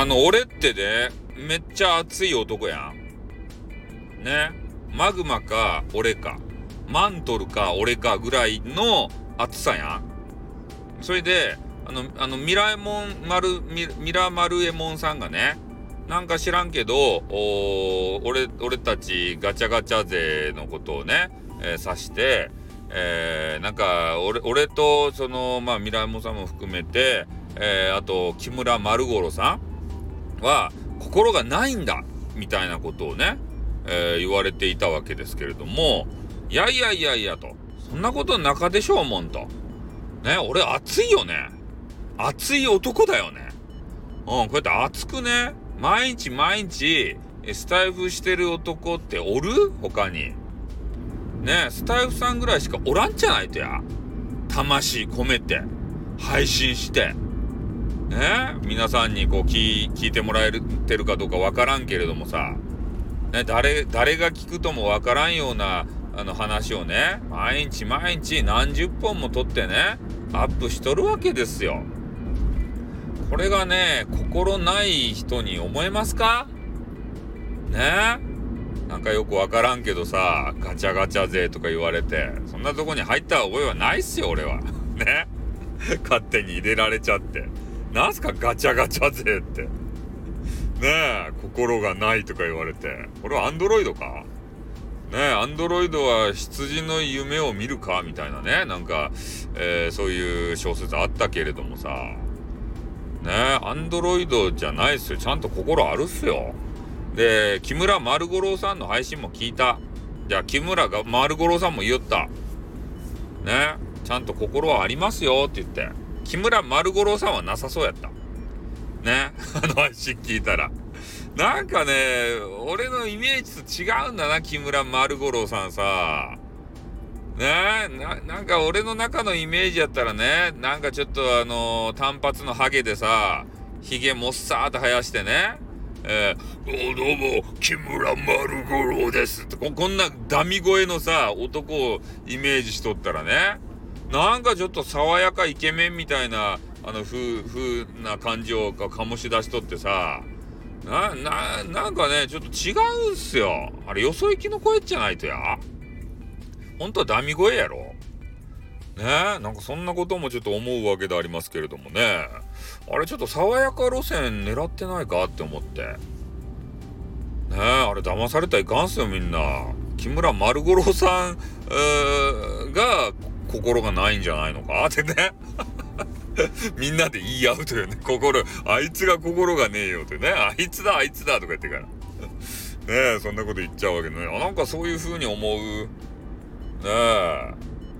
俺ってね、めっちゃ熱い男やん。ね。マグマか俺か、マントルか俺かぐらいの熱さやん。それで、ミラマルエモンさんがね、なんか知らんけど、俺たちガチャガチャ勢のことをね、指して、なんか俺とそのミラエモンさんも含めて、あと木村丸五郎さんは心がないんだみたいなことをね、言われていたわけですけれども、いやと、そんなことなかでしょうもんとね。俺熱いよね。熱い男だよね。こうやって熱くね、毎日スタイフしてる男っておる？他にね。スタイフさんぐらいしかおらんじゃないとや。魂込めて配信してね、皆さんにこう聞いてもらえてるかどうかわからんけれどもさ、ね、誰が聞くともわからんような話をね、毎日何十本も撮ってね、アップしとるわけですよ。これがね、心ない人に思えますかね。なんかよくわからんけどさ、ガチャガチャ勢とか言われて、そんなとこに入った覚えはないっすよ俺はね。勝手に入れられちゃって、なんすかガチャガチャ勢ってね。え、心がないとか言われて、これはアンドロイドかね。アンドロイドは羊の夢を見るかみたいなね、なんか、そういう小説あったけれどもさね。アンドロイドじゃないっすよ。ちゃんと心あるっすよ。で、木村丸五郎さんの配信も聞いた。じゃあ木村が丸五郎さんも言ったね。ちゃんと心はありますよって言って。木村丸五郎さんはなさそうやったね。配信聞いたらなんかね、俺のイメージと違うんだな、木村丸五郎さんさね。なんか俺の中のイメージやったらね、なんかちょっと単発のハゲでさ、ヒゲもっさーと生やしてね、どうも木村丸五郎ですってこんなダミ声のさ男をイメージしとったらね、なんかちょっと爽やかイケメンみたいな風な感じを醸し出しとってさ、なんかねちょっと違うんすよ。あれよそ行きの声じゃないとや。本当はダミ声やろね。なんかそんなこともちょっと思うわけでありますけれどもね。あれちょっと爽やか路線狙ってないかって思ってね。あれ騙されたらいかんすよみんな。木村丸五郎さん、が心がないんじゃないのかってねみんなで言い合うというね。あいつが心がねえよってね。あいつだとか言ってからねえ、そんなこと言っちゃうわけね。なんかそういう風に思うね。え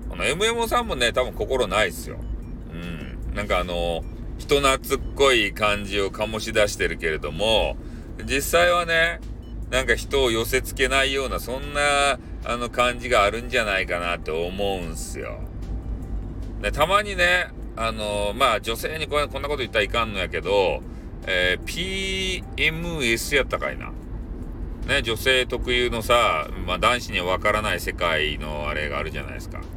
MM さんもね多分心ないっすよ。なんか人懐っこい感じを醸し出してるけれども、実際はねなんか人を寄せ付けないようなそんな感じがあるんじゃないかなって思うんすよ。でたまにね女性にこんなこと言ったらいかんのやけど、PMS やったかいなね、女性特有のさ、男子にはわからない世界のあれがあるじゃないですか。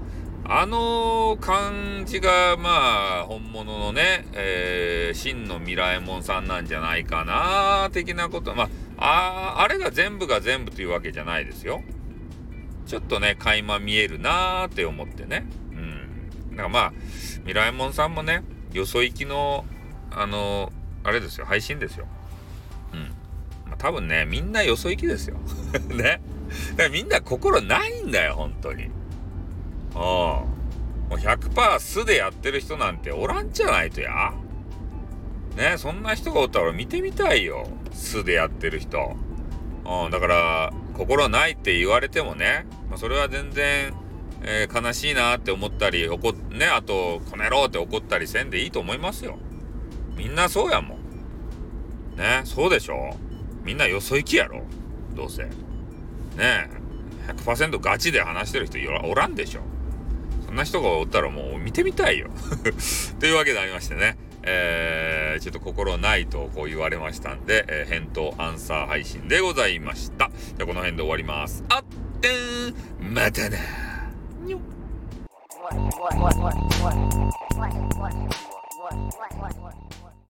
感じが本物のね、真のミラエモンさんなんじゃないかな的なこと。あれが全部というわけじゃないですよ。ちょっとね垣間見えるなーって思ってね。だからミラエモンさんもねよそ行きのあれですよ、配信ですよ。多分ねみんなよそ行きですよね。だからみんな心ないんだよ本当に。もう 100% 素でやってる人なんておらんじゃないとやね。そんな人がおったら見てみたいよ、素でやってる人。だから心ないって言われてもね、それは全然、悲しいなって思ったりあとこの野郎って怒ったりせんでいいと思いますよ。みんなそうやもんね。そうでしょ。みんなよそ行きやろどうせね。100% ガチで話してる人おらんでしょ。そんな人がおったらもう見てみたいよというわけでありましてね、ちょっと心ないとこう言われましたんで、返答アンサー配信でございました。じゃあこの辺で終わります。あってんまたなにょ。